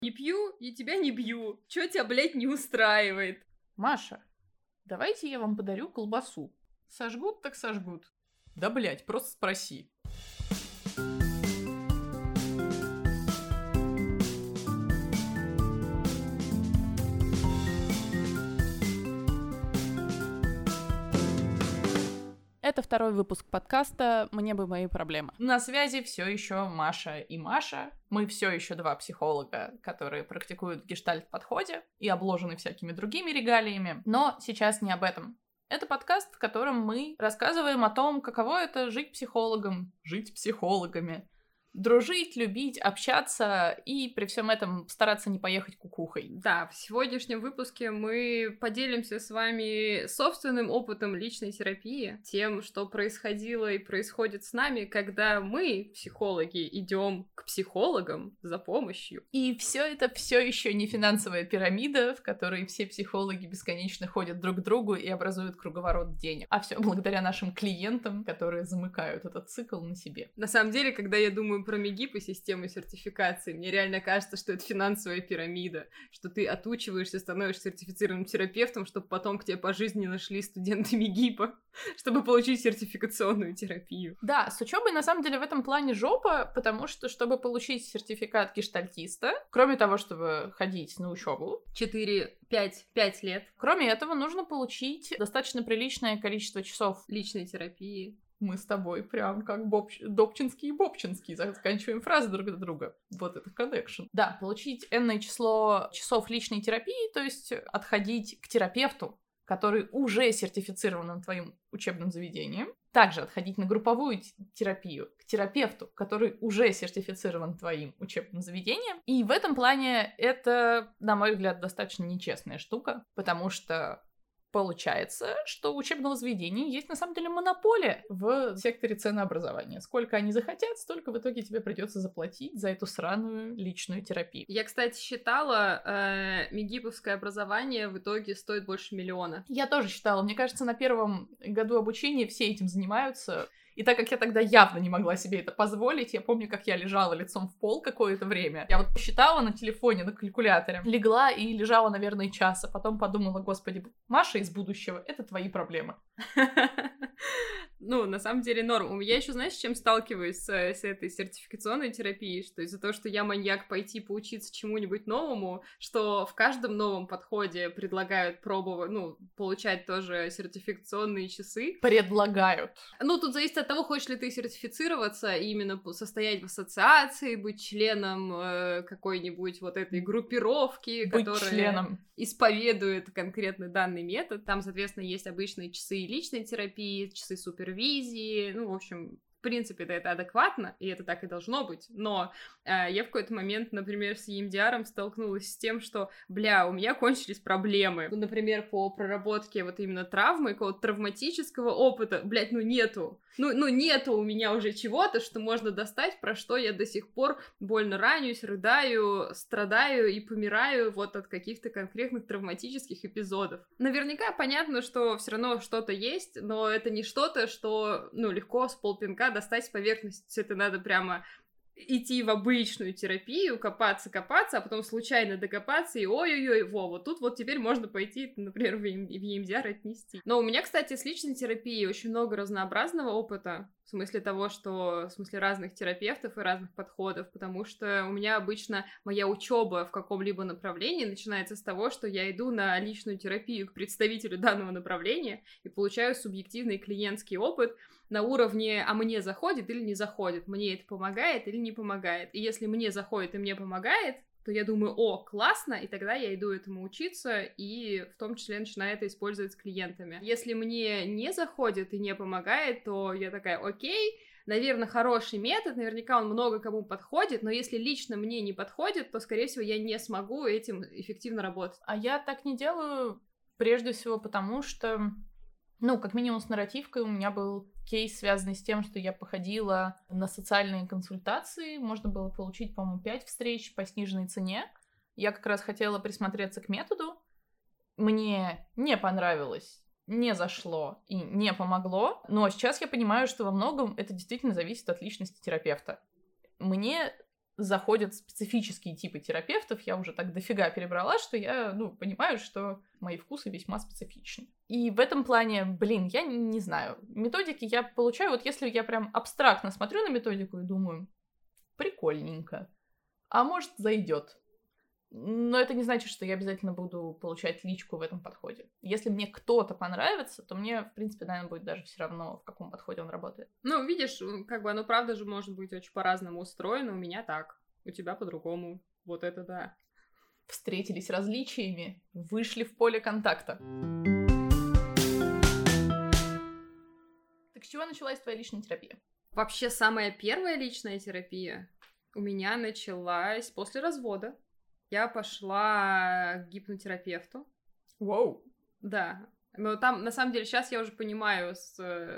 Не пью и тебя не бью. Чё тебя, блядь, не устраивает? Маша, давайте я вам подарю колбасу. Сожгут так сожгут. Да, блядь, просто спроси. Это второй выпуск подкаста «Мне бы мои проблемы». На связи все еще Маша и Маша. Мы все еще два психолога, которые практикуют в гештальт-подходе и обложены всякими другими регалиями. Но сейчас не об этом. Это подкаст, в котором мы рассказываем о том, каково это жить психологом, жить психологами, дружить, любить, общаться и при всем этом стараться не поехать кукухой. Да, в сегодняшнем выпуске мы поделимся с вами собственным опытом личной терапии, тем, что происходило и происходит с нами, когда мы, психологи, идем к психологам за помощью. И все это все еще не финансовая пирамида, в которой все психологи бесконечно ходят друг к другу и образуют круговорот денег, а все благодаря нашим клиентам, которые замыкают этот цикл на себе. На самом деле, когда я думаю про МИГИП и систему сертификации, мне реально кажется, что это финансовая пирамида, что ты отучиваешься, становишься сертифицированным терапевтом, чтобы потом к тебе по жизни нашли студенты МИГИПа, чтобы получить сертификационную терапию. Да, с учебой на самом деле в этом плане жопа, потому что, чтобы получить сертификат гештальтиста, кроме того, чтобы ходить на учебу, 5 лет. Кроме этого, нужно получить достаточно приличное количество часов личной терапии. Мы с тобой прям как Добчинский и Бобчинский заканчиваем фразы друг за друга. Вот это коннекшн. Да, получить энное число часов личной терапии, то есть отходить к терапевту, который уже сертифицирован твоим учебным заведением. Также отходить на групповую терапию к терапевту, который уже сертифицирован твоим учебным заведением. И в этом плане это, на мой взгляд, достаточно нечестная штука, потому что получается, что у учебного заведения есть на самом деле монополия в секторе ценообразования. Сколько они захотят, столько в итоге тебе придется заплатить за эту сраную личную терапию. Я, кстати, считала, МИГИПовское образование в итоге стоит больше 1 миллиона. Я тоже считала. Мне кажется, на первом году обучения все этим занимаются. И так как я тогда явно не могла себе это позволить, я помню, как я лежала лицом в пол какое-то время. Я вот посчитала на телефоне, на калькуляторе, легла и лежала, наверное, час, а потом подумала: господи, Маша из будущего, это твои проблемы. Ну, на самом деле, норм. Я еще, знаешь, с чем сталкиваюсь с этой сертификационной терапией, что из-за того, что я маньяк пойти поучиться чему-нибудь новому, что в каждом новом подходе предлагают пробовать, получать тоже сертификационные часы. Предлагают. Тут зависит от того, хочешь ли ты сертифицироваться, и именно состоять в ассоциации, быть членом какой-нибудь вот этой группировки, которая исповедует конкретный данный метод. Там, соответственно, есть обычные часы личной терапии, часы супервизии, в общем, в принципе, это адекватно, и это так и должно быть, но я в какой-то момент, например, с EMDR столкнулась с тем, что, у меня кончились проблемы. Например, по проработке вот именно травмы, какого-то травматического опыта, нету. Нету у меня уже чего-то, что можно достать, про что я до сих пор больно ранюсь, рыдаю, страдаю и помираю вот от каких-то конкретных травматических эпизодов. Наверняка понятно, что все равно что-то есть, но это не что-то, что, легко с полпинка достать с поверхности. Это надо прямо идти в обычную терапию, копаться, а потом случайно докопаться, и ой-ой-ой, вот тут вот теперь можно пойти, например, в EMDR отнести. Но у меня, кстати, с личной терапией очень много разнообразного опыта, в смысле разных терапевтов и разных подходов, потому что у меня обычно моя учеба в каком-либо направлении начинается с того, что я иду на личную терапию к представителю данного направления и получаю субъективный клиентский опыт на уровне: а мне заходит или не заходит, мне это помогает или не помогает. И если мне заходит и мне помогает, то я думаю: классно, и тогда я иду этому учиться, и в том числе начинаю это использовать с клиентами. Если мне не заходит и не помогает, то я такая: окей, наверное, хороший метод, наверняка он много кому подходит, но если лично мне не подходит, то, скорее всего, я не смогу этим эффективно работать. А я так не делаю, прежде всего потому, что, как минимум с нарративкой у меня был кейс, связанный с тем, что я походила на социальные консультации. Можно было получить, по-моему, 5 встреч по сниженной цене. Я как раз хотела присмотреться к методу. Мне не понравилось, не зашло и не помогло. Но сейчас я понимаю, что во многом это действительно зависит от личности терапевта. Мне заходят специфические типы терапевтов. Я уже так дофига перебрала, что я, понимаю, что мои вкусы весьма специфичны. И в этом плане, я не знаю. Методики я получаю, вот если я прям абстрактно смотрю на методику и думаю, прикольненько, а может зайдет. Но это не значит, что я обязательно буду получать личку в этом подходе. Если мне кто-то понравится, то мне, в принципе, наверное, будет даже все равно, в каком подходе он работает. Ну, видишь, оно правда же может быть очень по-разному устроено. У меня так, у тебя по-другому. Вот это да. Встретились различиями, вышли в поле контакта. Так с чего началась твоя личная терапия? Вообще, самая первая личная терапия у меня началась после развода. Я пошла к гипнотерапевту. Вау! Да. Но там, на самом деле, сейчас я уже понимаю с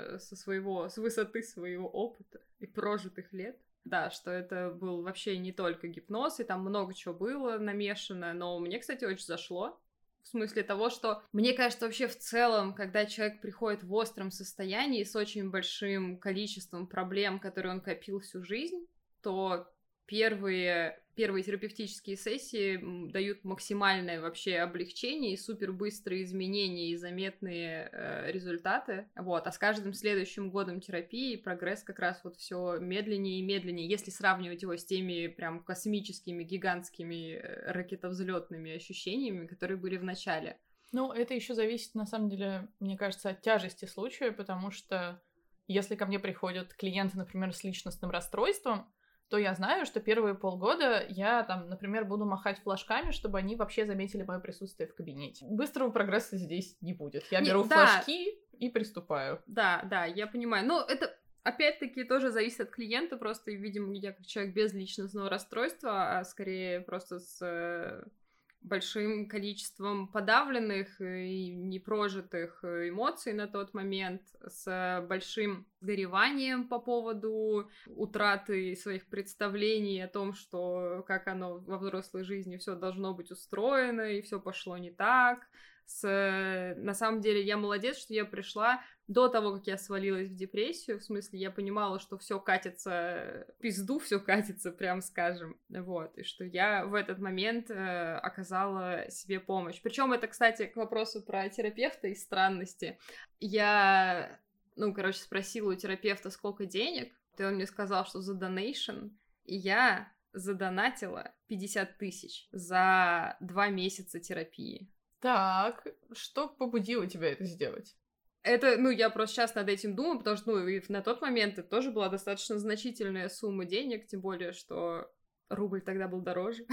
высоты своего опыта и прожитых лет, да, что это был вообще не только гипноз, и там много чего было намешано, но мне, кстати, очень зашло. В смысле того, что мне кажется, вообще в целом, когда человек приходит в остром состоянии с очень большим количеством проблем, которые он копил всю жизнь, то первые терапевтические сессии дают максимальное вообще облегчение и супер быстрые изменения и заметные результаты. Вот. А с каждым следующим годом терапии прогресс как раз вот все медленнее и медленнее, если сравнивать его с теми прям космическими, гигантскими ракетовзлетными ощущениями, которые были в начале. Ну, это еще зависит, на самом деле, мне кажется, от тяжести случая, потому что если ко мне приходят клиенты, например, с личностным расстройством, то я знаю, что первые полгода я там, например, буду махать флажками, чтобы они вообще заметили мое присутствие в кабинете. Быстрого прогресса здесь не будет. Я беру флажки и приступаю. Да, я понимаю. Но это, опять-таки, тоже зависит от клиента. Просто, видимо, я как человек без личностного расстройства, а скорее просто с большим количеством подавленных и непрожитых эмоций на тот момент, с большим гореванием по поводу утраты своих представлений о том, что как оно во взрослой жизни все должно быть устроено, и все пошло не так. На самом деле, я молодец, что я пришла до того, как я свалилась в депрессию. В смысле, я понимала, что все катится в пизду, все катится, прям скажем. Вот. И что я в этот момент оказала себе помощь. Причем это, кстати, к вопросу про терапевта и странности. Я, спросила у терапевта, сколько денег. И он мне сказал, что за донейшн. И я задонатила 50 тысяч за 2 месяца терапии. Так, что побудило тебя это сделать? Это, я просто сейчас над этим думаю, потому что, и на тот момент это тоже была достаточно значительная сумма денег, тем более, что рубль тогда был дороже.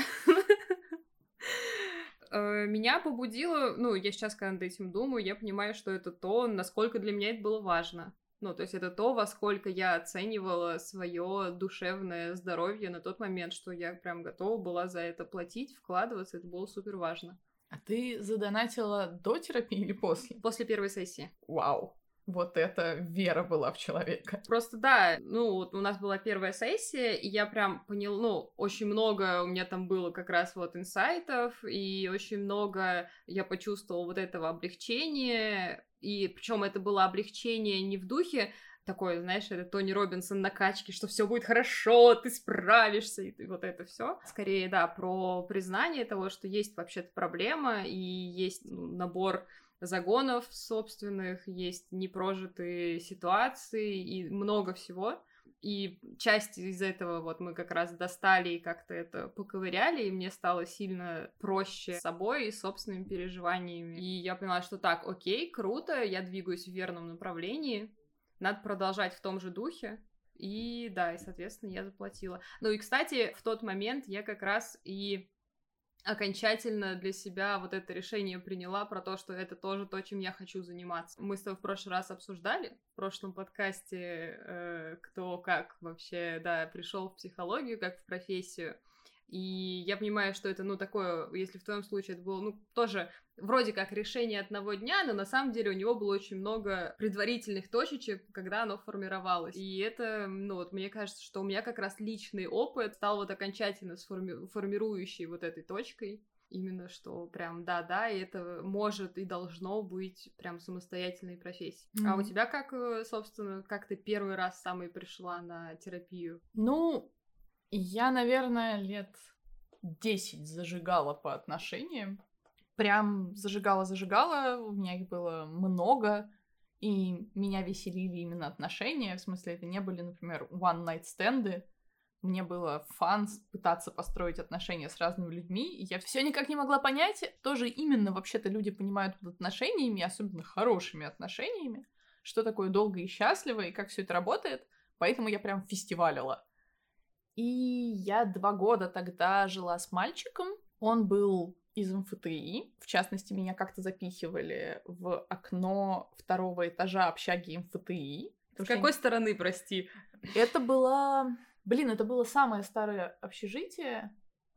Меня побудило, я сейчас, когда над этим думаю, я понимаю, что это то, насколько для меня это было важно. То есть это то, во сколько я оценивала свое душевное здоровье на тот момент, что я прям готова была за это платить, вкладываться, это было супер важно. А ты задонатила до терапии или после? После первой сессии. Вау. Вот это вера была в человека. Просто да, у нас была первая сессия, и я прям поняла, очень много у меня там было как раз вот инсайтов, и очень много я почувствовала вот этого облегчения, и причем это было облегчение не в духе такой, знаешь, это Тони Робинсон накачки, что все будет хорошо, ты справишься, и вот это все. Скорее, да, про признание того, что есть вообще-то проблема, и есть набор загонов собственных, есть непрожитые ситуации и много всего. И часть из этого вот мы как раз достали и как-то это поковыряли, и мне стало сильно проще с собой и собственными переживаниями. И я поняла, что так, окей, круто, я двигаюсь в верном направлении, надо продолжать в том же духе. И да, и, соответственно, я заплатила. И, кстати, в тот момент я как раз и окончательно для себя вот это решение приняла про то, что это тоже то, чем я хочу заниматься. Мы с тобой в прошлый раз обсуждали, в прошлом подкасте, кто как вообще, да, пришел в психологию, как в профессию. И я понимаю, что это, такое, если в твоем случае это было, тоже вроде как решение одного дня, но на самом деле у него было очень много предварительных точечек, когда оно формировалось. И это, мне кажется, что у меня как раз личный опыт стал вот окончательно формирующей вот этой точкой. Именно что прям да, и это может и должно быть прям самостоятельной профессией. Mm-hmm. А у тебя как, собственно, как ты первый раз самой пришла на терапию? Я, наверное, лет 10 зажигала по отношениям. Прям зажигала, у меня их было много, и меня веселили именно отношения, в смысле, это не были, например, one-night-стенды. Мне было фан пытаться построить отношения с разными людьми, и я все никак не могла понять, что же именно вообще-то люди понимают под отношениями, особенно хорошими отношениями, что такое долго и счастливо, и как все это работает, поэтому я прям фестивалила. И я 2 года тогда жила с мальчиком, он был из МФТИ, в частности, меня как-то запихивали в окно 2-го этажа общаги МФТИ. С какой стороны, прости? Это было... это было самое старое общежитие,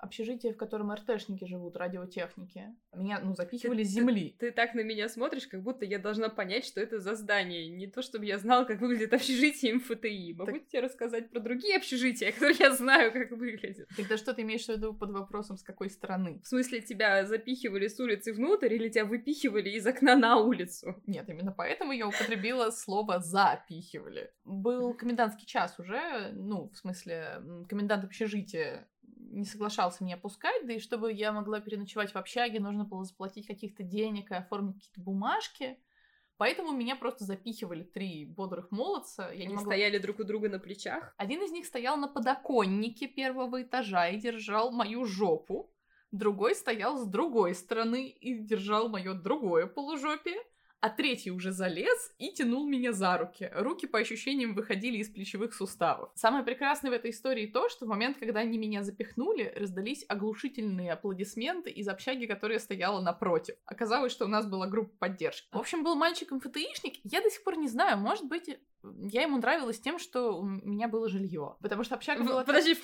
в котором РТшники живут, радиотехники. Меня, запихивали с земли. Ты так на меня смотришь, как будто я должна понять, что это за здание. Не то, чтобы я знала, как выглядит общежитие МФТИ. Могу тебе рассказать про другие общежития, которые я знаю, как выглядят. Тогда что ты имеешь в виду под вопросом, с какой стороны? В смысле, тебя запихивали с улицы внутрь или тебя выпихивали из окна на улицу? Нет, именно поэтому я употребила слово «запихивали». Был комендантский час уже, в смысле, комендант общежития не соглашался меня пускать, да и чтобы я могла переночевать в общаге, нужно было заплатить каких-то денег и оформить какие-то бумажки. Поэтому меня просто запихивали 3 бодрых молодца. Они стояли друг у друга на плечах? Один из них стоял на подоконнике 1-го этажа и держал мою жопу. Другой стоял с другой стороны и держал мое другое полужопие. А 3-й уже залез и тянул меня за руки. Руки, по ощущениям, выходили из плечевых суставов. Самое прекрасное в этой истории то, что в момент, когда они меня запихнули, раздались оглушительные аплодисменты из общаги, которая стояла напротив. Оказалось, что у нас была группа поддержки. В общем, был мальчик МФТИшник. Я до сих пор не знаю, может быть, я ему нравилась тем, что у меня было жилье. Потому что общага была... Подожди, в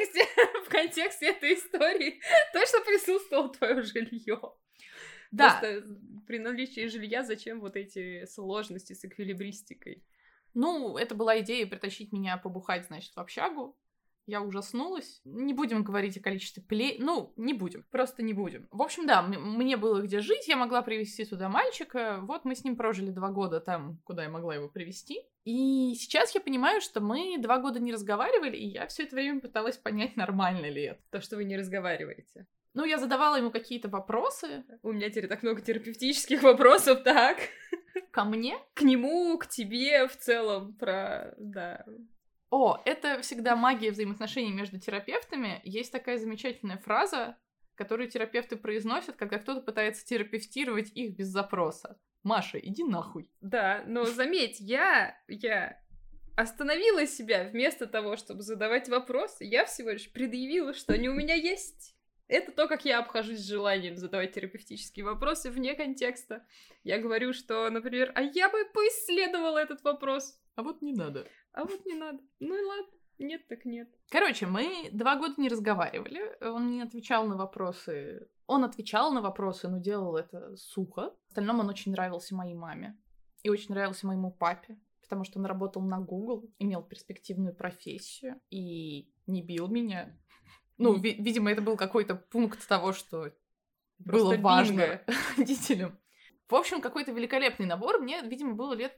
контексте этой истории точно присутствовало твое жилье. Да. Просто при наличии жилья зачем вот эти сложности с эквилибристикой? Это была идея притащить меня побухать, значит, в общагу. Я ужаснулась. Не будем говорить о количестве не будем. Просто не будем. В общем, да, мне было где жить, я могла привезти туда мальчика. Вот мы с ним прожили 2 года там, куда я могла его привезти. И сейчас я понимаю, что мы 2 года не разговаривали, и я все это время пыталась понять, нормально ли это. То, что вы не разговариваете. Я задавала ему какие-то вопросы. У меня теперь так много терапевтических вопросов, так. Ко мне? К нему, к тебе, в целом, да. Это всегда магия взаимоотношений между терапевтами. Есть такая замечательная фраза, которую терапевты произносят, когда кто-то пытается терапевтировать их без запроса. Маша, иди нахуй. Да, но заметь, я остановила себя вместо того, чтобы задавать вопросы. Я всего лишь предъявила, что они у меня есть. Это то, как я обхожусь с желанием задавать терапевтические вопросы вне контекста. Я говорю, что, например, а я бы поисследовала этот вопрос. А вот не надо. Ну и ладно. Нет так нет. Короче, мы 2 года не разговаривали. Он не отвечал на вопросы. Он отвечал на вопросы, но делал это сухо. В остальном он очень нравился моей маме. И очень нравился моему папе. Потому что он работал на Google, имел перспективную профессию и не бил меня. Видимо, это был какой-то пункт того, что просто было важно родителям. В общем, какой-то великолепный набор. Мне, видимо, было лет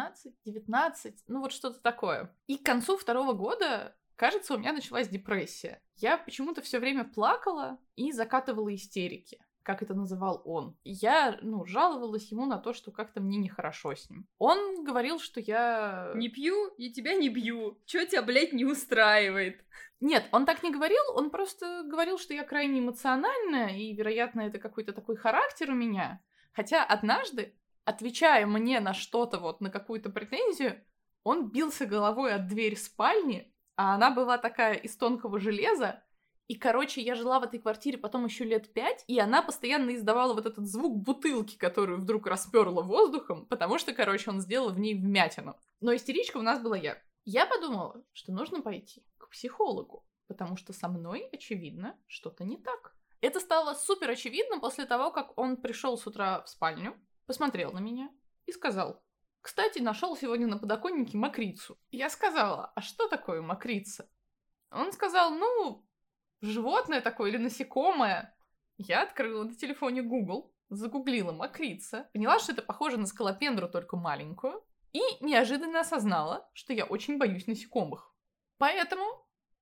18-19, что-то такое. И к концу 2-го года, кажется, у меня началась депрессия. Я почему-то все время плакала и закатывала истерики, как это называл он. Я, жаловалась ему на то, что как-то мне нехорошо с ним. Он говорил, что я... Не пью и тебя не бью. Чё тебя, блядь, не устраивает? Нет, он так не говорил, он просто говорил, что я крайне эмоциональная, и, вероятно, это какой-то такой характер у меня. Хотя однажды, отвечая мне на что-то, на какую-то претензию, он бился головой от дверь спальни, а она была такая из тонкого железа, и, я жила в этой квартире потом еще лет 5, и она постоянно издавала вот этот звук бутылки, которую вдруг расперла воздухом, потому что, он сделал в ней вмятину. Но истеричка у нас была я. Я подумала, что нужно пойти к психологу, потому что со мной, очевидно, что-то не так. Это стало супер очевидно после того, как он пришел с утра в спальню, посмотрел на меня и сказал: «Кстати, нашел сегодня на подоконнике мокрицу». Я сказала: «А что такое мокрица?» Он сказал: животное такое или насекомое. Я открыла на телефоне Google, загуглила мокрица, поняла, что это похоже на скалопендру, только маленькую, и неожиданно осознала, что я очень боюсь насекомых. Поэтому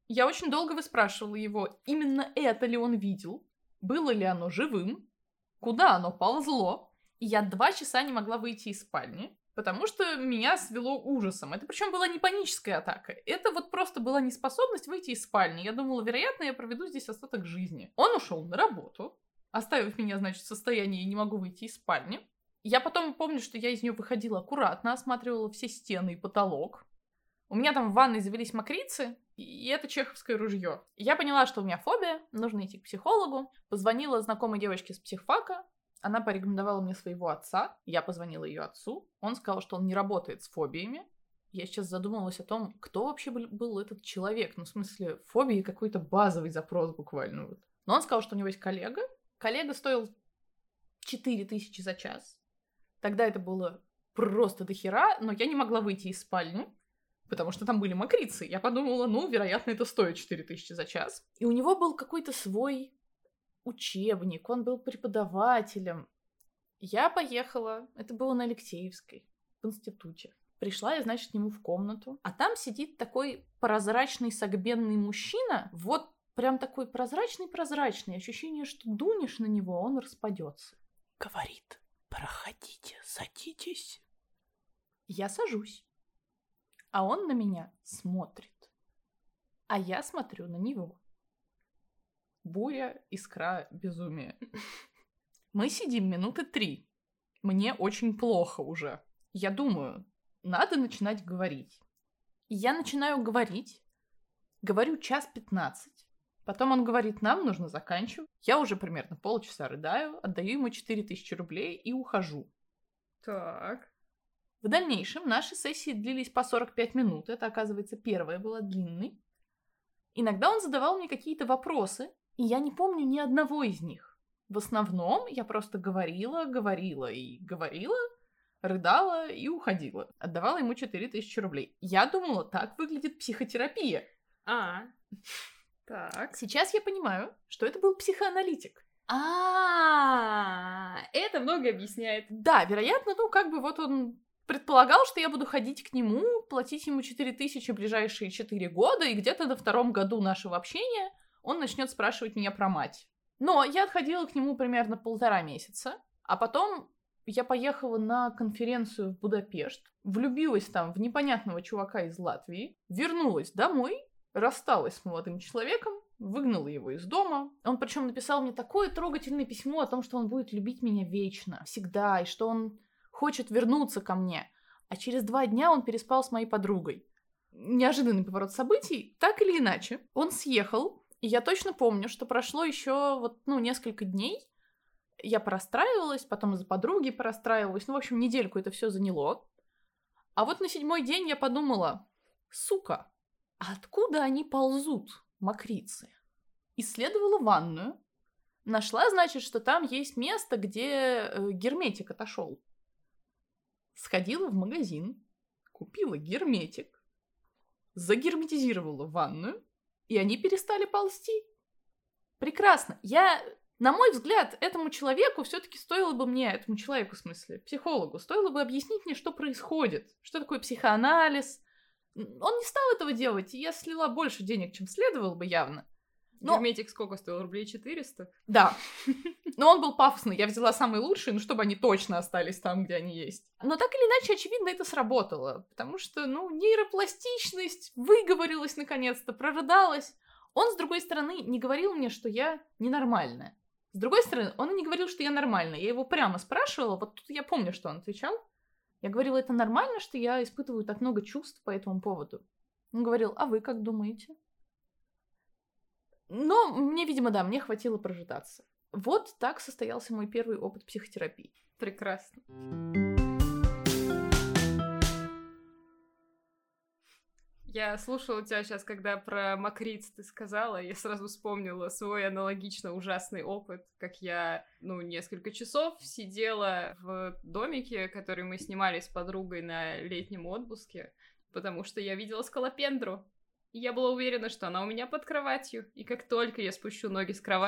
Я очень долго выспрашивала его, именно это ли он видел, было ли оно живым, куда оно ползло. И я 2 часа не могла выйти из спальни, потому что меня свело ужасом. Это причем была не паническая атака, это вот просто была неспособность выйти из спальни. Я думала, вероятно, я проведу здесь остаток жизни. Он ушел на работу, оставив меня, значит, в состоянии «не могу выйти из спальни». Я потом помню, что я из нее выходила аккуратно, осматривала все стены и потолок. У меня там в ванной завелись мокрицы, и это чеховское ружье. Я поняла, что у меня фобия, нужно идти к психологу. Позвонила знакомой девочке с психфака, она порекомендовала мне своего отца, я позвонила ее отцу, он сказал, что он не работает с фобиями. Я сейчас задумалась о том, кто вообще был этот человек, ну, в смысле, фобии какой-то базовый запрос буквально. Вот. Но он сказал, что у него есть коллега. Коллега стоил 4000 за час. Тогда это было просто дохера, но я не могла выйти из спальни, потому что там были мокрицы. Я подумала, ну, вероятно, это стоит 4000 за час. И у него был какой-то свой учебник, он был преподавателем. Я поехала, это было на Алексеевской, в институте. Пришла я, значит, к нему в комнату, а там сидит такой прозрачный согбенный мужчина, вот прям такой прозрачный, ощущение, что дунешь на него, он распадется. Говорит: проходите, садитесь. Я сажусь. А он на меня смотрит. А я смотрю на него. Буря, искра, безумие. Мы сидим минуты 3. Мне очень плохо уже. Я думаю, надо начинать говорить. И я начинаю говорить. Говорю 1:15. Потом он говорит, нам нужно заканчивать. Я уже примерно полчаса рыдаю, отдаю ему 4000 рублей и ухожу. Так. В дальнейшем наши сессии длились по 45 минут. Это, оказывается, первая была длинной. Иногда он задавал мне какие-то вопросы, и я не помню ни одного из них. В основном я просто говорила, рыдала и уходила. Отдавала ему 4000 рублей. Я думала, так выглядит психотерапия. Так. Сейчас я понимаю, что это был психоаналитик. Это многое объясняет. Да, вероятно, вот он предполагал, что я буду ходить к нему, платить ему 4000 ближайшие 4 года, и где-то на 2-м году нашего общения он начнет спрашивать меня про мать. Но я отходила к нему примерно 1,5 месяца, а потом я поехала на конференцию в Будапешт, влюбилась там в непонятного чувака из Латвии, вернулась домой, рассталась с молодым человеком, выгнала его из дома. Он причем написал мне такое трогательное письмо о том, что он будет любить меня вечно, всегда, и что он хочет вернуться ко мне. А через 2 дня он переспал с моей подругой. Неожиданный поворот событий. Так или иначе, он съехал, и я точно помню, что прошло еще несколько дней. Я порастраивалась, потом из-за подруги порастраивалась. В общем, недельку это все заняло. А вот на 7-й день я подумала, сука, а откуда они ползут, мокрицы? Исследовала ванную. Нашла, значит, что там есть место, где герметик отошел. Сходила в магазин, купила герметик, загерметизировала ванную, и они перестали ползти. Прекрасно. На мой взгляд, этому человеку все-таки стоило бы мне, этому человеку, в смысле, психологу, стоило бы объяснить мне, что происходит, что такое психоанализ. Он не стал этого делать, и я слила больше денег, чем следовало бы явно. Герметик сколько стоил? Рублей 400? Да. Но он был пафосный. Я взяла самые лучшие, чтобы они точно остались там, где они есть. Но так или иначе, очевидно, это сработало. Потому что, нейропластичность выговорилась наконец-то, прорыдалась. Он, с другой стороны, не говорил мне, что я ненормальная. С другой стороны, он и не говорил, что я нормальная. Я его прямо спрашивала, вот тут я помню, что он отвечал. Я говорила, это нормально, что я испытываю так много чувств по этому поводу? Он говорил, а вы как думаете? Но мне, видимо, мне хватило прожидаться. Вот так состоялся мой первый опыт психотерапии. Прекрасно. Я слушала тебя сейчас, когда про мокриц ты сказала, я сразу вспомнила свой аналогично ужасный опыт, как я, несколько часов сидела в домике, который мы снимали с подругой на летнем отпуске, потому что я видела скалопендру. И я была уверена, что она у меня под кроватью, и как только я спущу ноги с кровати,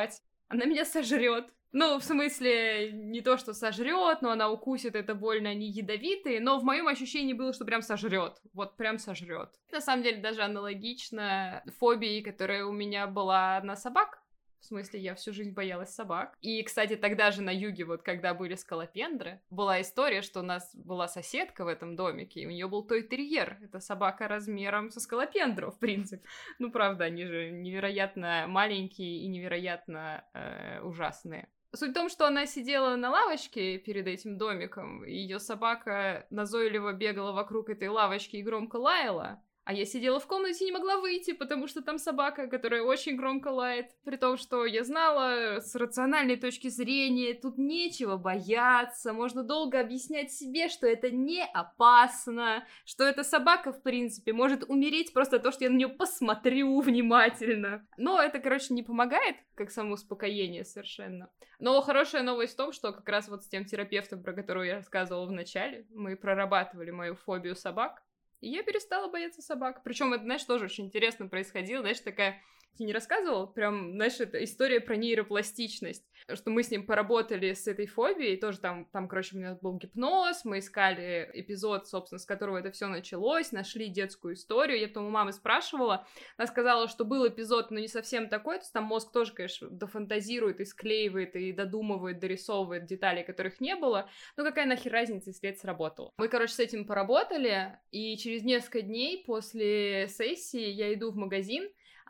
она меня сожрет. Ну, в смысле, не то, что сожрет, но она укусит, это больно, они ядовитые, но в моем ощущении было, что прям сожрет. Вот прям сожрет. На самом деле, даже аналогично фобии, которая у меня была на собак. В смысле, я всю жизнь боялась собак. И, кстати, тогда же на юге, вот когда были скалопендры, была история, что у нас была соседка в этом домике, и у нее был той-терьер. Это собака размером со скалопендру, в принципе. Ну, правда, они же невероятно маленькие и невероятно ужасные. Суть в том, что она сидела на лавочке перед этим домиком, и ее собака назойливо бегала вокруг этой лавочки и громко лаяла. А я сидела в комнате и не могла выйти, потому что там собака, которая очень громко лает. При том, что я знала, с рациональной точки зрения, тут нечего бояться. Можно долго объяснять себе, что это не опасно, что эта собака, в принципе, может умереть просто то, что я на нее посмотрю внимательно. Но это, короче, не помогает, как самоуспокоение совершенно. Но хорошая новость в том, что как раз вот с тем терапевтом, про которого я рассказывала в начале, мы прорабатывали мою фобию собак. И я перестала бояться собак. Причем это, знаешь, тоже очень интересно происходило. Знаешь, такая... Ты не рассказывал? Прям, знаешь, это история про нейропластичность. Что мы с ним поработали с этой фобией. Тоже там, короче, у меня был гипноз. Мы искали эпизод, собственно, с которого это все началось. Нашли детскую историю. Я потом у мамы спрашивала. Она сказала, что был эпизод, но не совсем такой. То есть там мозг тоже, конечно, дофантазирует и склеивает, и додумывает, дорисовывает детали, которых не было. Ну какая нахер разница, если это сработало? Мы, короче, с этим поработали. И через несколько дней после сессии я иду в магазин.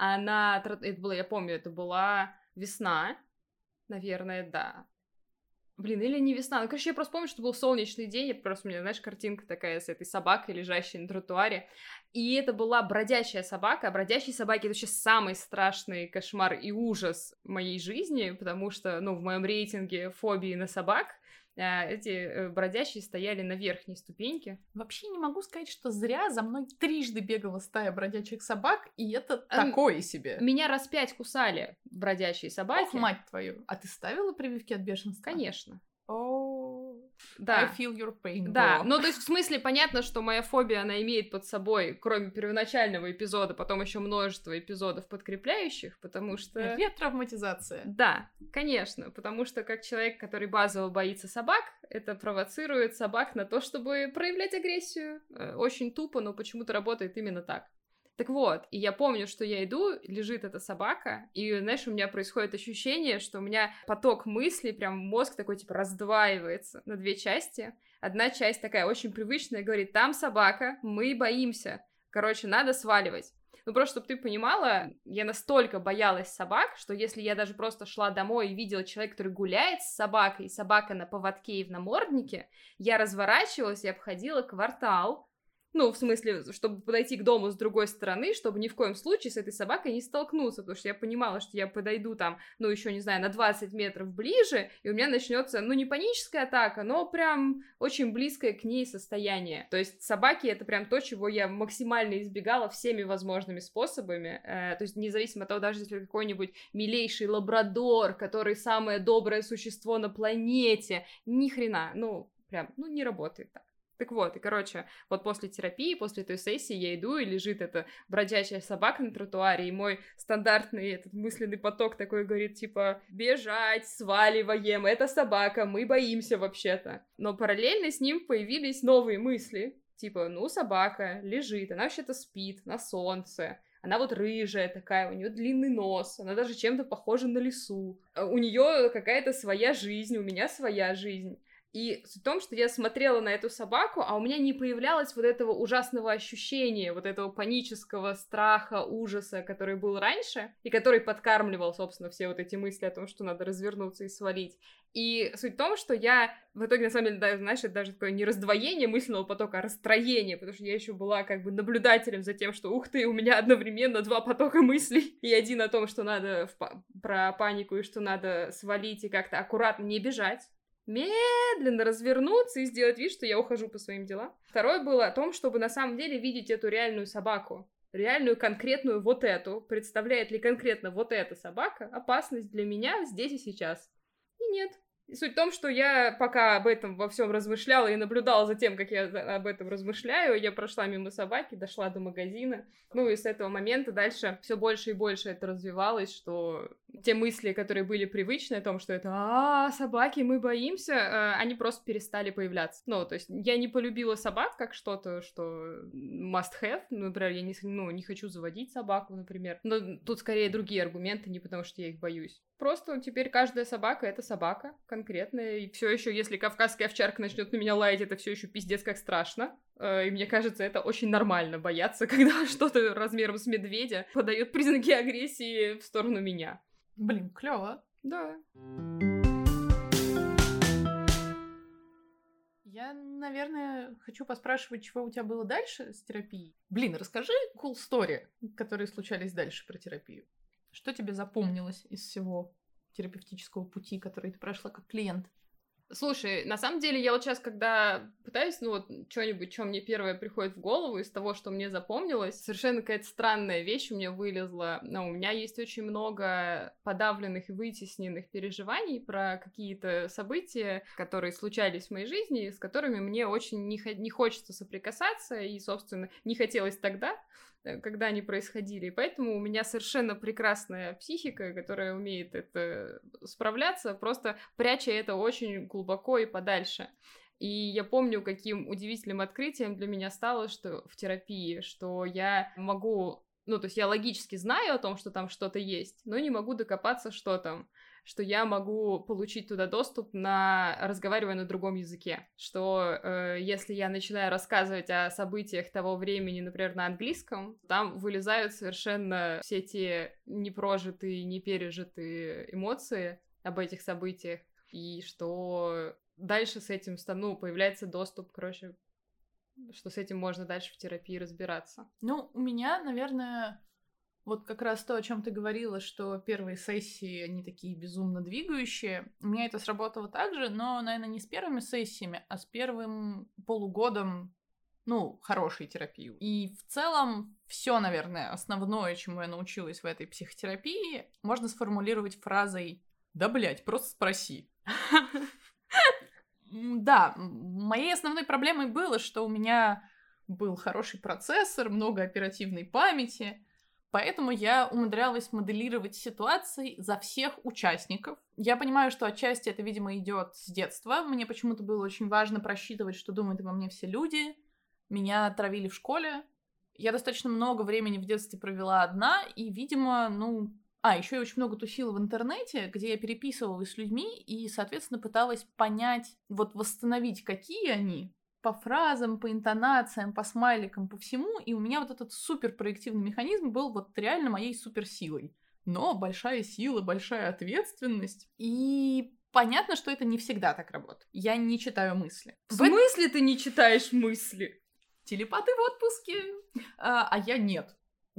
Это было, я помню, это была весна, наверное, да. Блин, или не весна. Ну, короче, я просто помню, что был солнечный день, у меня, знаешь, картинка такая с этой собакой, лежащей на тротуаре. И это была бродячая собака. А бродячие собаки — это вообще самый страшный кошмар и ужас моей жизни, потому что, ну, в моем рейтинге фобии на собак эти бродячие стояли на верхней ступеньке. Вообще не могу сказать, что зря за мной трижды бегала стая бродячих собак, и это такое себе. Меня раз 5 кусали бродячие собаки. Ох, мать твою. А ты ставила прививки от бешенства? Конечно. Да. I feel your pain. Да, ну то есть в смысле понятно, что моя фобия, она имеет под собой, кроме первоначального эпизода, потом еще множество эпизодов подкрепляющих, потому что... Ретравматизация. Да, конечно, потому что как человек, который базово боится собак, это провоцирует собак на то, чтобы проявлять агрессию. Очень тупо, но почему-то работает именно так. Так вот, и я помню, что я иду, лежит эта собака, и, знаешь, у меня происходит ощущение, что у меня поток мыслей, прям мозг такой, типа, раздваивается на 2 части. Одна часть такая очень привычная, говорит, там собака, мы боимся. Короче, надо сваливать. Ну, просто, чтобы ты понимала, я настолько боялась собак, что если я даже просто шла домой и видела человека, который гуляет с собакой, и собака на поводке и в наморднике, я разворачивалась и обходила квартал. Ну, в смысле, чтобы подойти к дому с другой стороны, чтобы ни в коем случае с этой собакой не столкнуться, потому что я понимала, что я подойду там, ну, еще, не знаю, на 20 метров ближе, и у меня начнется, ну, не паническая атака, но прям очень близкое к ней состояние. То есть собаки — это прям то, чего я максимально избегала всеми возможными способами. То есть независимо от того, даже если какой-нибудь милейший лабрадор, который самое доброе существо на планете, ни хрена, ну, прям, ну, не работает так. Так вот, и, короче, вот после терапии, после той сессии я иду, и лежит эта бродячая собака на тротуаре, и мой стандартный этот мысленный поток такой говорит, типа, бежать, сваливаем, это собака, мы боимся вообще-то. Но параллельно с ним появились новые мысли, типа, ну, собака лежит, она вообще-то спит на солнце, она вот рыжая такая, у нее длинный нос, она даже чем-то похожа на лису, у нее какая-то своя жизнь, у меня своя жизнь. И суть в том, что я смотрела на эту собаку, а у меня не появлялось вот этого ужасного ощущения, вот этого панического страха, ужаса, который был раньше, и который подкармливал, собственно, все вот эти мысли о том, что надо развернуться и свалить. И суть в том, что я в итоге, на самом деле, да, знаешь, это даже такое не раздвоение мысленного потока, а расстроение, потому что я еще была как бы наблюдателем за тем, что, ух ты, у меня одновременно 2 потока мыслей, и один о том, что надо про панику, и что надо свалить и как-то аккуратно не бежать, медленно развернуться и сделать вид, что я ухожу по своим делам. Второе было о том, чтобы на самом деле видеть эту реальную собаку. Реальную, конкретную вот эту. Представляет ли конкретно вот эта собака опасность для меня здесь и сейчас? И нет. И суть в том, что я пока об этом во всем размышляла и наблюдала за тем, как я об этом размышляю, я прошла мимо собаки, дошла до магазина. Ну и с этого момента дальше все больше и больше это развивалось, что те мысли, которые были привычны о том, что это собаки, мы боимся, они просто перестали появляться. Ну, то есть я не полюбила собак как что-то, что must have. Например, я не хочу заводить собаку, например. Но тут скорее другие аргументы, не потому что я их боюсь. Просто теперь каждая собака — это собака конкретная. И все еще, если кавказская овчарка начнет на меня лаять, это все еще пиздец как страшно. И мне кажется, это очень нормально бояться, когда что-то размером с медведя подает признаки агрессии в сторону меня. Блин, клево. Да. Я, наверное, хочу поспрашивать, чего у тебя было дальше с терапией. Блин, расскажи cool story, которые случались дальше про терапию. Что тебе запомнилось из всего терапевтического пути, который ты прошла как клиент? Слушай, на самом деле, я вот сейчас, когда пытаюсь, что-нибудь, что мне первое приходит в голову из того, что мне запомнилось, совершенно какая-то странная вещь у меня вылезла. Но у меня есть очень много подавленных и вытесненных переживаний про какие-то события, которые случались в моей жизни, с которыми мне очень не хочется соприкасаться, и, собственно, не хотелось тогда, когда они происходили. И поэтому у меня совершенно прекрасная психика, которая умеет это справляться, просто пряча это очень глубоко и подальше. И я помню, каким удивительным открытием для меня стало, что в терапии, что я могу... то есть я логически знаю о том, что там что-то есть, но не могу докопаться, что там. Что я могу получить туда доступ, разговаривая на другом языке. Что если я начинаю рассказывать о событиях того времени, например, на английском, там вылезают совершенно все те непрожитые, непережитые эмоции об этих событиях. И что дальше с этим появляется доступ, что с этим можно дальше в терапии разбираться. У меня, наверное... Вот как раз то, о чем ты говорила, что первые сессии, они такие безумно двигающие. У меня это сработало так же, но, наверное, не с первыми сессиями, а с первым полугодом, хорошей терапии. И в целом все, наверное, основное, чему я научилась в этой психотерапии, можно сформулировать фразой «Да, блядь, просто спроси». Да, моей основной проблемой было, что у меня был хороший процессор, много оперативной памяти. Поэтому я умудрялась моделировать ситуации за всех участников. Я понимаю, что отчасти это, видимо, идет с детства. Мне почему-то было очень важно просчитывать, что думают обо мне все люди. Меня травили в школе. Я достаточно много времени в детстве провела одна, и, видимо, еще я очень много тусила в интернете, где я переписывалась с людьми и, соответственно, пыталась понять, восстановить, какие они, по фразам, по интонациям, по смайликам, по всему, и у меня вот этот суперпроективный механизм был реально моей суперсилой. Но большая сила, большая ответственность, и понятно, что это не всегда так работает. Я не читаю мысли. В смысле ты не читаешь мысли? Телепаты в отпуске, а я нет.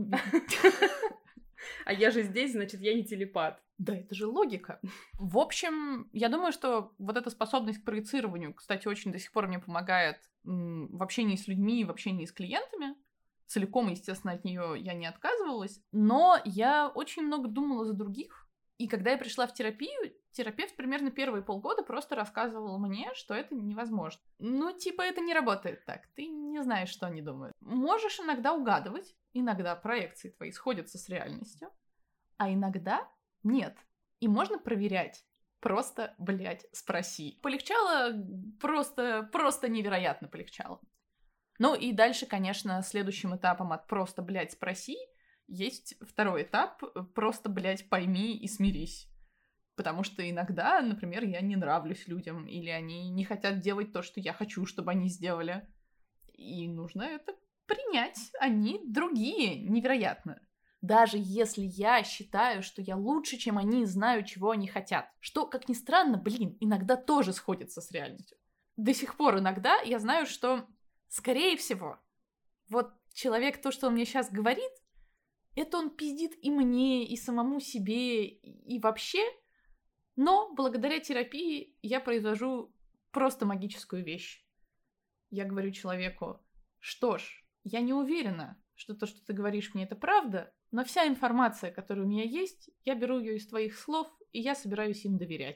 А я же здесь, значит, я не телепат. Да, это же логика. В общем, я думаю, что эта способность к проецированию, кстати, очень до сих пор мне помогает в общении с людьми, в общении с клиентами. Целиком, естественно, от нее я не отказывалась. Но я очень много думала за других. И когда я пришла в терапию, терапевт примерно первые полгода просто рассказывал мне, что это невозможно. Это не работает так. Ты не знаешь, что они думают. Можешь иногда угадывать, иногда проекции твои сходятся с реальностью, а иногда нет. И можно проверять. Просто, блядь, спроси. Полегчало, просто невероятно полегчало. И дальше, конечно, следующим этапом от «просто, блядь, спроси» есть второй этап «просто, блядь, пойми и смирись». Потому что иногда, например, я не нравлюсь людям, или они не хотят делать то, что я хочу, чтобы они сделали. И нужно это принять. Они другие, невероятно. Даже если я считаю, что я лучше, чем они, знаю, чего они хотят. Что, как ни странно, иногда тоже сходится с реальностью. До сих пор иногда я знаю, что, скорее всего, человек, то, что он мне сейчас говорит, это он пиздит и мне, и самому себе, и вообще. Но благодаря терапии я произвожу просто магическую вещь. Я говорю человеку: что ж, я не уверена, что то, что ты говоришь мне, это правда, но вся информация, которая у меня есть, я беру ее из твоих слов, и я собираюсь им доверять.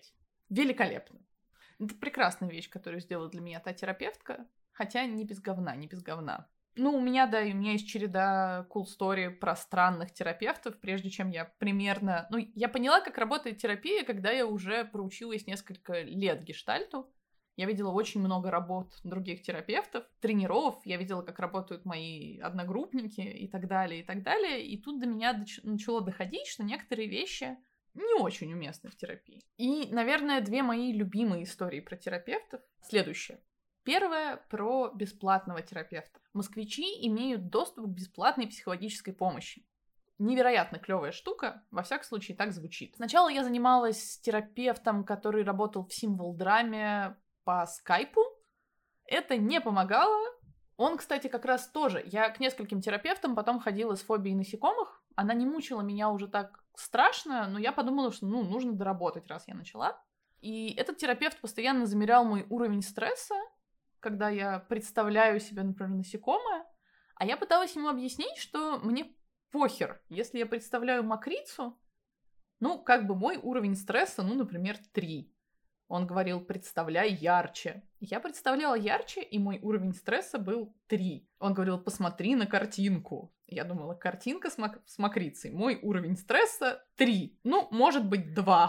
великолепно. Это прекрасная вещь, которую сделала для меня та терапевтка, хотя не без говна, не без говна. Ну, у меня есть череда cool story про странных терапевтов, прежде чем я примерно... Ну, я поняла, как работает терапия, когда я уже проучилась несколько лет гештальту. Я видела очень много работ других терапевтов, тренеров, я видела, как работают мои одногруппники и так далее, и так далее. И тут до меня начало доходить, что некоторые вещи не очень уместны в терапии. И, наверное, две мои любимые истории про терапевтов следующие. Первое про бесплатного терапевта. Москвичи имеют доступ к бесплатной психологической помощи. Невероятно клевая штука, во всяком случае так звучит. Сначала я занималась с терапевтом, который работал в символ-драме по скайпу. Это не помогало. Он, кстати, как раз тоже. Я к нескольким терапевтам потом ходила с фобией насекомых. Она не мучила меня уже так страшно, но я подумала, что нужно доработать, раз я начала. И этот терапевт постоянно замерял мой уровень стресса, когда я представляю себе, например, насекомое, а я пыталась ему объяснить, что мне похер, если я представляю мокрицу, мой уровень стресса, например, 3. Он говорил, представляй ярче. Я представляла ярче, и мой уровень стресса был 3. Он говорил, посмотри на картинку. Я думала, картинка с мокрицей. Мой уровень стресса 3. Может быть, 2.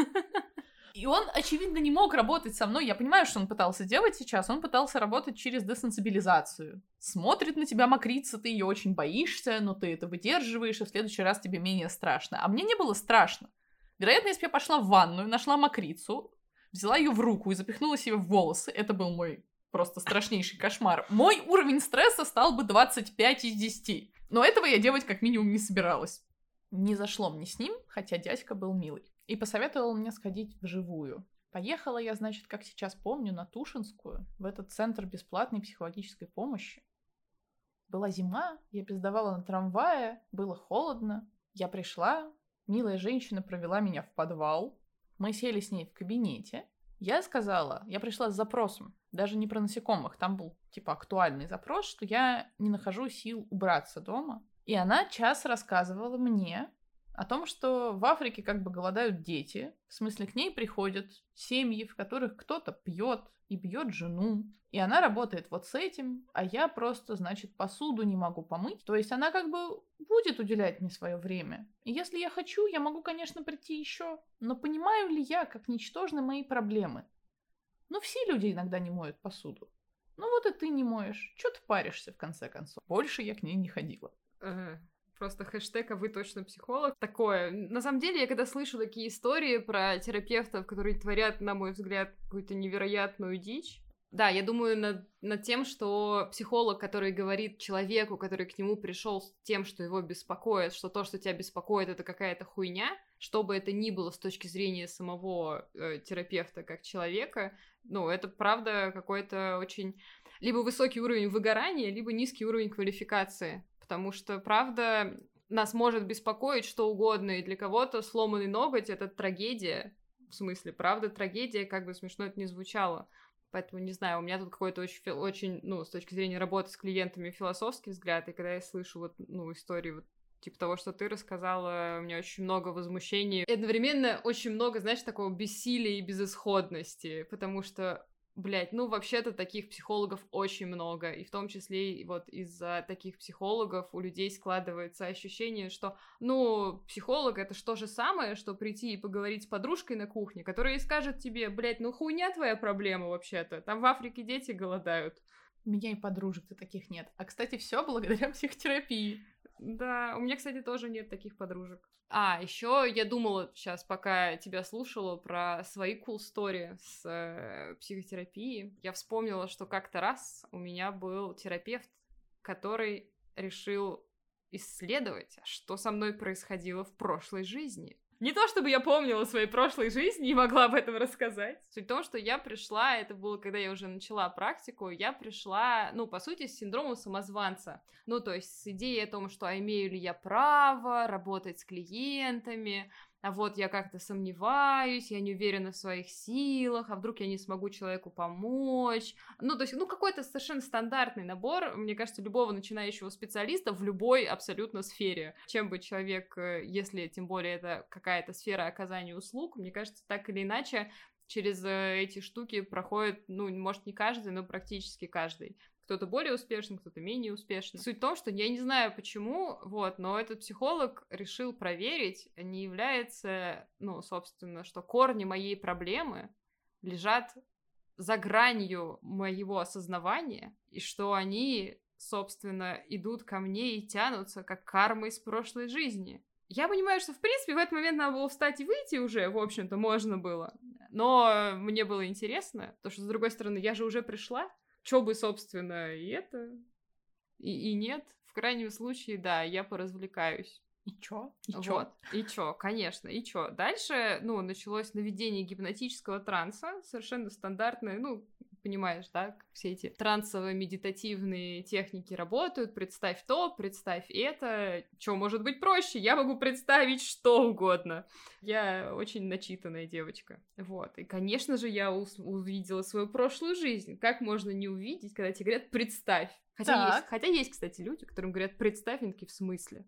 И он, очевидно, не мог работать со мной. Я понимаю, что он пытался делать сейчас. Он пытался работать через десенсибилизацию. Смотрит на тебя мокрица, ты ее очень боишься, но ты это выдерживаешь, и в следующий раз тебе менее страшно. А мне не было страшно. Вероятно, если бы я пошла в ванную, нашла мокрицу, взяла ее в руку и запихнула себе в волосы, это был мой просто страшнейший кошмар, мой уровень стресса стал бы 25 из 10. Но этого я делать как минимум не собиралась. Не зашло мне с ним, хотя дядька был милый. И посоветовал мне сходить вживую. Поехала я, значит, как сейчас помню, на Тушинскую, в этот центр бесплатной психологической помощи. Была зима, я пиздовала на трамвае, было холодно. Я пришла, милая женщина провела меня в подвал. Мы сели с ней в кабинете. Я пришла с запросом, даже не про насекомых, там был актуальный запрос, что я не нахожу сил убраться дома. И она час рассказывала мне о том, что в Африке голодают дети. В смысле, к ней приходят семьи, в которых кто-то пьет и бьет жену. И она работает вот с этим, а я просто, посуду не могу помыть. То есть она будет уделять мне свое время. И если я хочу, я могу, конечно, прийти еще. Но понимаю ли я, как ничтожны мои проблемы? Все люди иногда не моют посуду. Вот и ты не моешь. Чё ты паришься, в конце концов? Больше я к ней не ходила. Просто хэштег «А вы точно психолог?» Такое. На самом деле, я когда слышу такие истории про терапевтов, которые творят, на мой взгляд, какую-то невероятную дичь, да, я думаю над тем, что психолог, который говорит человеку, который к нему пришел с тем, что его беспокоит, что то, что тебя беспокоит, это какая-то хуйня, что бы это ни было с точки зрения самого терапевта как человека, это правда какой-то очень либо высокий уровень выгорания, либо низкий уровень квалификации. Потому что, правда, нас может беспокоить что угодно, и для кого-то сломанный ноготь — это трагедия. В смысле, правда, трагедия, как бы смешно это ни звучало. Поэтому, не знаю, у меня тут какой-то очень, с точки зрения работы с клиентами, философский взгляд, и когда я слышу историю типа того, что ты рассказала, у меня очень много возмущений. И одновременно очень много, такого бессилия и безысходности, потому что вообще-то таких психологов очень много, и в том числе из-за таких психологов у людей складывается ощущение, что, психолог — это то же самое, что прийти и поговорить с подружкой на кухне, которая и скажет тебе, хуйня твоя проблема вообще-то, там в Африке дети голодают. У меня и подружек-то таких нет. А, кстати, все благодаря психотерапии. Да, у меня, кстати, тоже нет таких подружек. Еще я думала сейчас, пока тебя слушала, про свои cool story с психотерапией. Я вспомнила, что как-то раз у меня был терапевт, который решил исследовать, что со мной происходило в прошлой жизни. Не то чтобы я помнила своей прошлой жизни и могла об этом рассказать. Суть в том, что я пришла, это было, когда я уже начала практику, я пришла, по сути, с синдромом самозванца. То есть с идеей о том, что имею ли я право работать с клиентами, а я как-то сомневаюсь, я не уверена в своих силах, а вдруг я не смогу человеку помочь. То есть, какой-то совершенно стандартный набор, мне кажется, любого начинающего специалиста в любой абсолютно сфере. Чем бы человек, если тем более это какая-то сфера оказания услуг, мне кажется, так или иначе, Через эти штуки проходит, ну, может, не каждый, но практически каждый. Кто-то более успешен, кто-то менее успешен. Суть в том, что я не знаю почему, вот, но этот психолог решил проверить, не является, ну, собственно, что корни моей проблемы лежат за гранью моего осознавания, и что они, собственно, идут ко мне и тянутся, как карма из прошлой жизни. Я понимаю, что, в принципе, в этот момент надо было встать и выйти уже, в общем-то, можно было. Но мне было интересно, потому что, с другой стороны, я же уже пришла, чё бы, собственно, и это, и нет. В крайнем случае, да, я поразвлекаюсь. И чё? Вот. И чё, конечно, и чё. Дальше, ну, началось наведение гипнотического транса, совершенно стандартное, ну, понимаешь, да, как все эти трансово-медитативные техники работают, представь то, представь это, чё может быть проще, я могу представить что угодно. Я очень начитанная девочка, вот, и, конечно же, я увидела свою прошлую жизнь, как можно не увидеть, когда тебе говорят «представь», хотя есть, кстати, люди, которым говорят «представь», они такие «в смысле?»,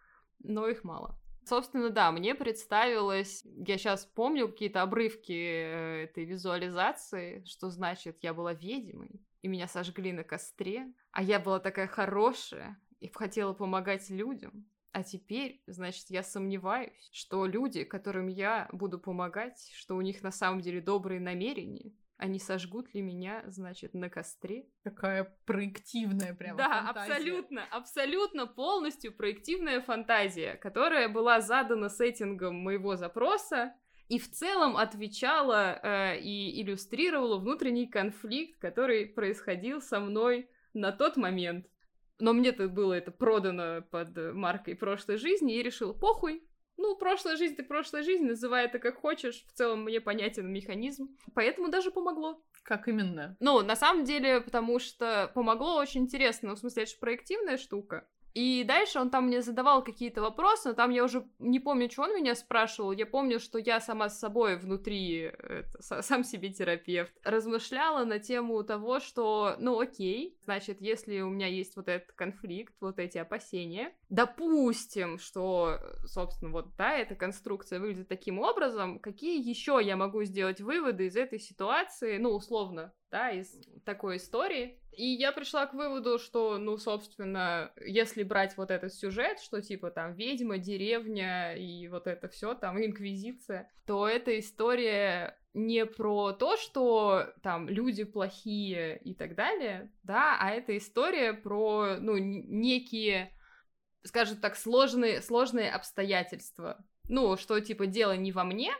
но их мало. Собственно, да, мне представилось, я сейчас помню какие-то обрывки этой визуализации, что значит, я была ведьмой, и меня сожгли на костре, а я была такая хорошая и хотела помогать людям. А теперь, значит, я сомневаюсь, что люди, которым я буду помогать, что у них на самом деле добрые намерения, они сожгут ли меня, значит, на костре? Какая проективная прямо фантазия. Да, абсолютно полностью проективная фантазия, которая была задана сеттингом моего запроса и в целом отвечала и иллюстрировала внутренний конфликт, который происходил со мной на тот момент. Но мне-то было это продано под маркой прошлой жизни, и решил, похуй. Ну, прошлая жизнь, ты прошлая жизнь, называй это как хочешь. В целом мне понятен механизм. Поэтому даже помогло. Как именно? Ну, на самом деле, потому что помогло очень интересно. Ну, в смысле, это же проективная штука. И дальше он там мне задавал какие-то вопросы, но там я уже не помню, что он меня спрашивал. Я помню, что я сама с собой внутри, сам себе терапевт, размышляла на тему того, что, ну окей, значит, если у меня есть вот этот конфликт, вот эти опасения, допустим, что, собственно, вот, да, эта конструкция выглядит таким образом, какие еще я могу сделать выводы из этой ситуации, ну, условно, да, из такой истории. И я пришла к выводу, что, ну, собственно, если брать вот этот сюжет, что типа там ведьма, деревня и вот это все, там инквизиция, то эта история не про то, что там люди плохие и так далее, да, а это история про, ну, некие, скажем так, сложные обстоятельства. Ну, что типа дело не во мне,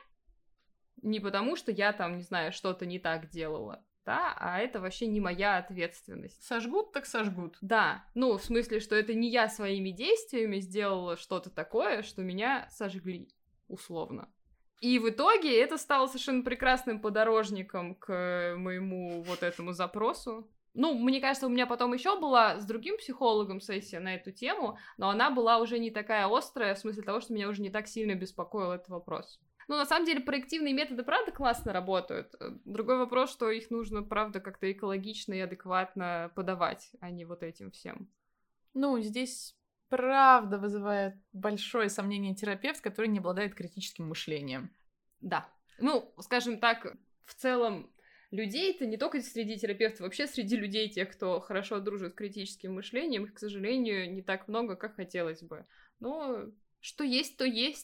не потому, что я там, не знаю, что-то не так делала, да, а это вообще не моя ответственность. Сожгут, так сожгут. Да, ну, в смысле, что это не я своими действиями сделала что-то такое, что меня сожгли, условно. И в итоге это стало совершенно прекрасным подорожником к моему вот этому запросу. Ну, мне кажется, у меня потом еще была с другим психологом сессия на эту тему, но она была уже не такая острая, в смысле того, что меня уже не так сильно беспокоил этот вопрос. Ну, на самом деле, проективные методы, правда, классно работают. Другой вопрос, что их нужно, правда, как-то экологично и адекватно подавать, а не вот этим всем. Ну, здесь, правда, вызывает большое сомнение терапевт, который не обладает критическим мышлением. Да. Ну, скажем так, в целом, людей-то не только среди терапевтов, вообще среди людей, тех, кто хорошо дружит с критическим мышлением, их, к сожалению, не так много, как хотелось бы. Но что есть, то есть.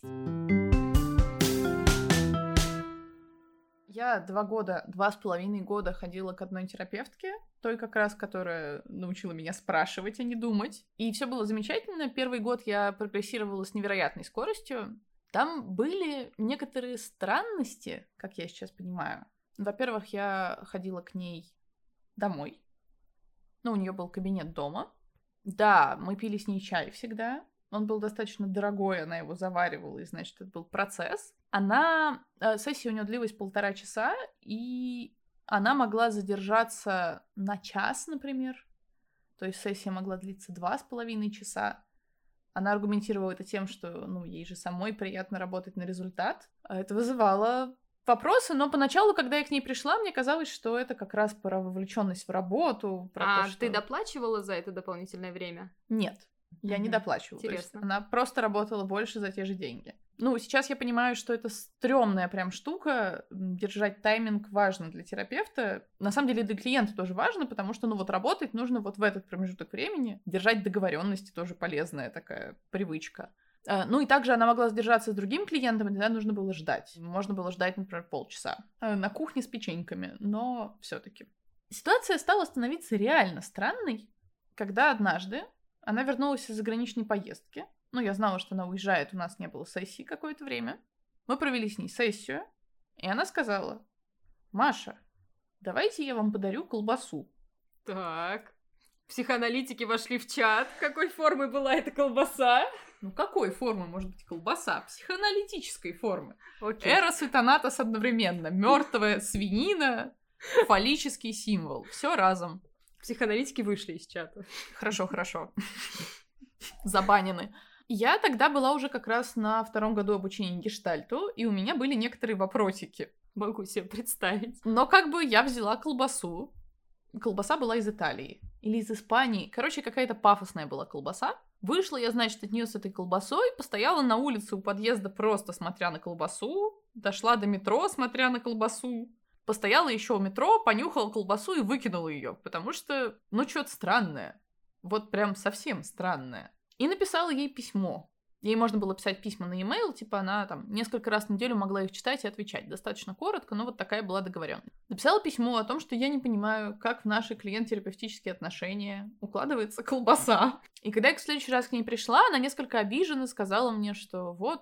Я 2,5 года ходила к одной терапевтке, той как раз, которая научила меня спрашивать, а не думать. И все было замечательно. Первый год я прогрессировала с невероятной скоростью. Там были некоторые странности, как я сейчас понимаю. Во-первых, я ходила к ней домой. Ну, у нее был кабинет дома. Да, мы пили с ней чай всегда. Он был достаточно дорогой, она его заваривала, и, значит, это был процесс. Сессия у нее длилась 1,5 часа, и она могла задержаться на час, например. То есть сессия могла длиться 2,5 часа. Она аргументировала это тем, что, ну, ей же самой приятно работать на результат. Это вызывало вопросы, но поначалу, когда я к ней пришла, мне казалось, что это как раз про вовлеченность в работу. Про то, что... ты доплачивала за это дополнительное время? Нет. Я не доплачивала. Интересно. Она просто работала больше за те же деньги. Ну, сейчас я понимаю, что это стрёмная прям штука. Держать тайминг важно для терапевта. На самом деле для клиента тоже важно, потому что, ну вот работать нужно вот в этот промежуток времени. Держать договоренности тоже полезная такая привычка. Ну и также она могла сдержаться с другим клиентом, и тогда нужно было ждать. Можно было ждать, например, полчаса. На кухне с печеньками, но все-таки. Ситуация стала становиться реально странной, когда однажды она вернулась из заграничной поездки. Ну, я знала, что она уезжает, у нас не было сессии какое-то время. Мы провели с ней сессию, и она сказала: «Маша, давайте я вам подарю колбасу». Так, психоаналитики вошли в чат. Какой формы была эта колбаса? Ну, какой формы может быть колбаса? Психоаналитической формы. Окей. Эрос и Танатос одновременно. Мертвая свинина, фаллический символ. Все разом. Психоаналитики вышли из чата. Хорошо. Забанены. Я тогда была уже как раз на 2-м году обучения гештальту, и у меня были некоторые вопросики. Могу себе представить. Но как бы я взяла колбасу. Колбаса была из Италии. Или из Испании. Короче, какая-то пафосная была колбаса. Вышла я, значит, от нее с этой колбасой, постояла на улице у подъезда, просто смотря на колбасу. Дошла до метро, смотря на колбасу. Постояла еще у метро, понюхала колбасу и выкинула ее. Потому что, ну, что-то странное. Вот прям совсем странное. И написала ей письмо. Ей можно было писать письма на e-mail, типа она там несколько раз в неделю могла их читать и отвечать. Достаточно коротко, но вот такая была договоренность. Написала письмо о том, что я не понимаю, как в наши клиент-терапевтические отношения укладывается колбаса. И когда я в следующий раз к ней пришла, она несколько обиженно сказала мне, что вот,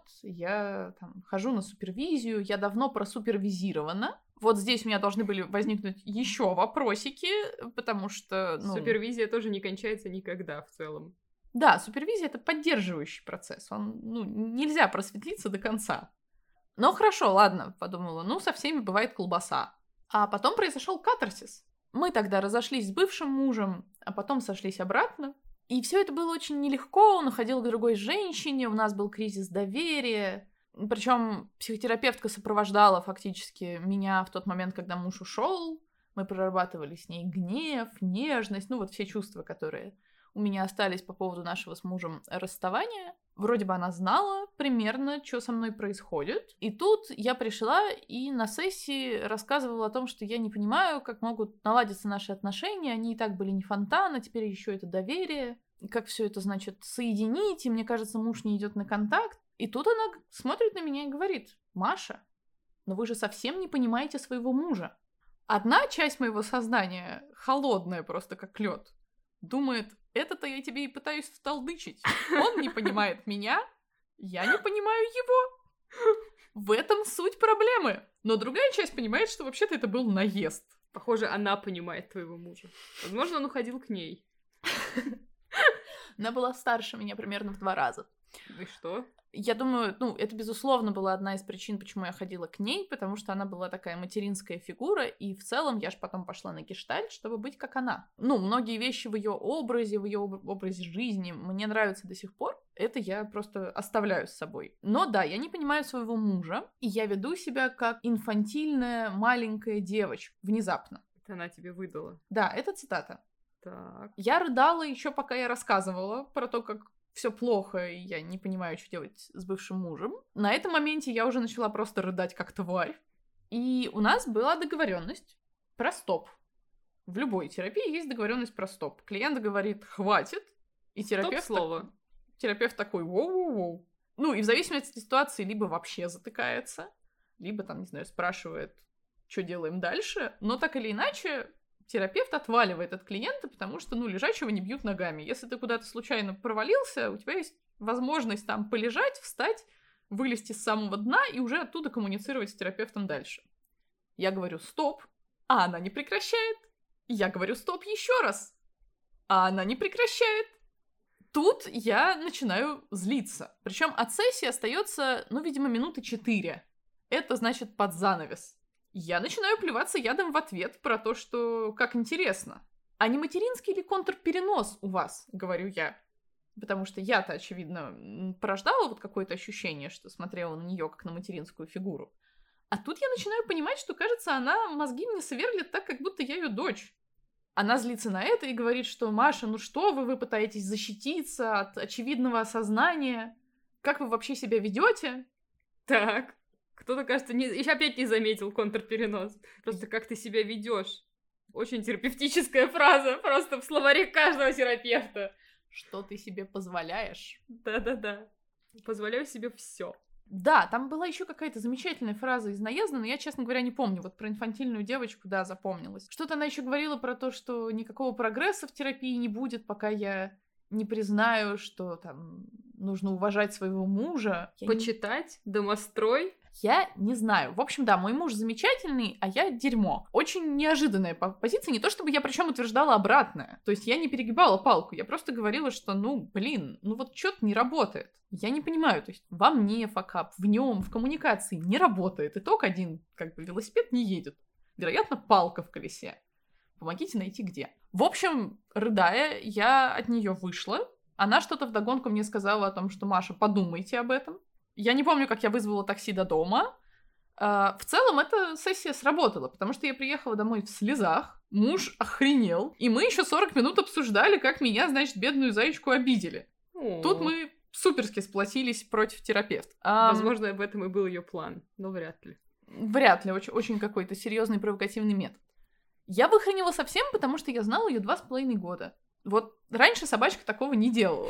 я там хожу на супервизию, я давно просупервизирована. Вот здесь у меня должны были возникнуть еще вопросики, потому что... Ну... Супервизия тоже не кончается никогда в целом. Да, супервизия — это поддерживающий процесс. Нельзя просветлиться до конца. Но хорошо, ладно, подумала, со всеми бывает колбаса. А потом произошел катарсис. Мы тогда разошлись с бывшим мужем, а потом сошлись обратно. И все это было очень нелегко, он уходил к другой женщине, у нас был кризис доверия. Причем психотерапевтка сопровождала фактически меня в тот момент, когда муж ушел. Мы прорабатывали с ней гнев, нежность, все чувства, которые у меня остались по поводу нашего с мужем расставания. Вроде бы она знала примерно, что со мной происходит. И тут я пришла и на сессии рассказывала о том, что я не понимаю, как могут наладиться наши отношения. Они и так были не фонтан, а теперь еще это доверие. Как все это, значит, соединить. И мне кажется, муж не идет на контакт. И тут она смотрит на меня и говорит: «Маша, но вы же совсем не понимаете своего мужа». Одна часть моего сознания, холодная просто как лед, думает: это-то я тебе и пытаюсь вталдычить. Он не понимает меня, я не понимаю его. В этом суть проблемы. Но другая часть понимает, что вообще-то это был наезд. Похоже, она понимает твоего мужа. Возможно, он уходил к ней. Она была старше меня примерно в 2 раза. И что? Я думаю, это, безусловно, была одна из причин, почему я ходила к ней, потому что она была такая материнская фигура, и в целом я же потом пошла на гештальт, чтобы быть как она. Многие вещи в ее образе, в ее образе жизни мне нравятся до сих пор, это я просто оставляю с собой. Но да, я не понимаю своего мужа, и я веду себя как инфантильная маленькая девочка, внезапно. Это она тебе выдала? Да, это цитата. Так. Я рыдала еще, пока я рассказывала про то, как все плохо, и я не понимаю, что делать с бывшим мужем. На этом моменте я уже начала просто рыдать как тварь. И у нас была договоренность про стоп. В любой терапии есть договоренность про стоп. Клиент говорит: хватит, и терапевт... Стоп-слово. Терапевт такой: воу-воу-воу. И в зависимости от ситуации либо вообще затыкается, либо там, не знаю, спрашивает, что делаем дальше. Но так или иначе, терапевт отваливает от клиента, потому что, лежачего не бьют ногами. Если ты куда-то случайно провалился, у тебя есть возможность там полежать, встать, вылезти с самого дна и уже оттуда коммуницировать с терапевтом дальше. Я говорю: стоп, а она не прекращает. Я говорю: стоп еще раз, а она не прекращает. Тут я начинаю злиться. Причем от сессии остается, видимо, 4 минуты. Это значит под занавес. Я начинаю плеваться ядом в ответ про то, что как интересно. А не материнский ли контрперенос у вас, говорю я. Потому что я-то, очевидно, порождала какое-то ощущение, что смотрела на нее как на материнскую фигуру. А тут я начинаю понимать, что, кажется, она мозги мне сверлит так, как будто я ее дочь. Она злится на это и говорит, что: «Маша, что вы пытаетесь защититься от очевидного осознания? Как вы вообще себя ведете?» Так. Кто-то, кажется, еще опять не заметил контрперенос. Просто как ты себя ведешь. Очень терапевтическая фраза, просто в словаре каждого терапевта. Что ты себе позволяешь? Да-да-да. Позволяю себе все. Да, там была еще какая-то замечательная фраза из наезда, но я, честно говоря, не помню. Вот про инфантильную девочку, да, запомнилась. Что-то она еще говорила про то, что никакого прогресса в терапии не будет, пока я не признаю, что там нужно уважать своего мужа. Почитать? Домострой? Я не знаю. В общем, да, мой муж замечательный, а я дерьмо. Очень неожиданная позиция. Не то чтобы я причем утверждала обратное. То есть я не перегибала палку. Я просто говорила, что, ну вот что-то не работает. Я не понимаю. То есть во мне факап, в нем, в коммуникации не работает. Итог один, велосипед не едет. Вероятно, палка в колесе. Помогите найти где. В общем, рыдая, я от нее вышла. Она что-то вдогонку мне сказала о том, что, Маша, подумайте об этом. Я не помню, как я вызвала такси до дома. В целом, эта сессия сработала, потому что я приехала домой в слезах, муж охренел, и мы еще 40 минут обсуждали, как меня, значит, бедную зайчку обидели. Тут мы суперски сплотились против терапевта. Возможно, об этом и был ее план, но вряд ли. Вряд ли, очень какой-то серьезный провокативный метод. Я выхренила совсем, потому что я знала ее 2,5 года. Вот раньше собачка такого не делала.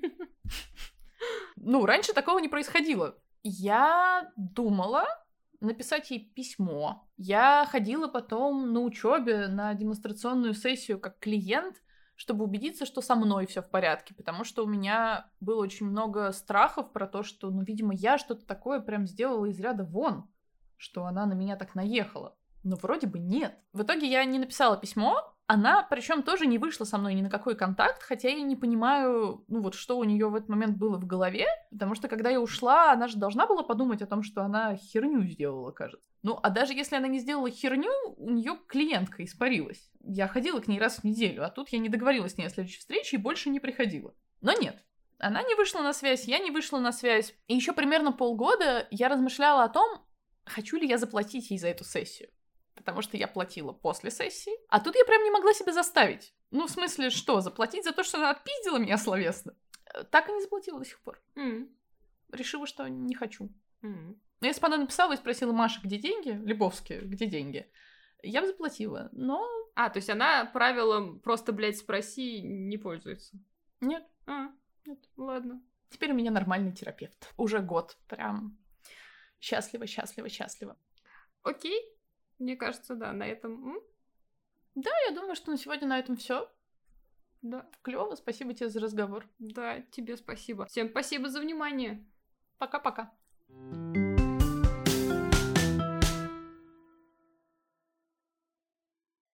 Раньше такого не происходило. Я думала написать ей письмо. Я ходила потом на учебе на демонстрационную сессию как клиент, чтобы убедиться, что со мной все в порядке, потому что у меня было очень много страхов про то, что, видимо, я что-то такое прям сделала из ряда вон, что она на меня так наехала. Но вроде бы нет. В итоге я не написала письмо. Она, причем, тоже не вышла со мной ни на какой контакт, хотя я не понимаю, что у нее в этот момент было в голове, потому что, когда я ушла, она же должна была подумать о том, что она херню сделала, кажется. А даже если она не сделала херню, у нее клиентка испарилась. Я ходила к ней раз в неделю, а тут я не договорилась с ней о следующей встрече и больше не приходила. Но нет. Она не вышла на связь, я не вышла на связь. И еще примерно полгода я размышляла о том, хочу ли я заплатить ей за эту сессию. Потому что я платила после сессии. А тут я прям не могла себя заставить. В смысле, что? Заплатить за то, что она отпиздила меня словесно? Так и не заплатила до сих пор. Решила, что не хочу. Если бы она написала и спросила, Маша, где деньги? Лебовские, где деньги? Я бы заплатила, но... То есть она правилом просто, спроси, не пользуется? Нет. Нет. Ладно. Теперь у меня нормальный терапевт. Уже год. Прям счастливо. Окей. Мне кажется, да, на этом... Да, я думаю, что на сегодня на этом все. Да, клево, спасибо тебе за разговор. Да, тебе спасибо. Всем спасибо за внимание. Пока-пока.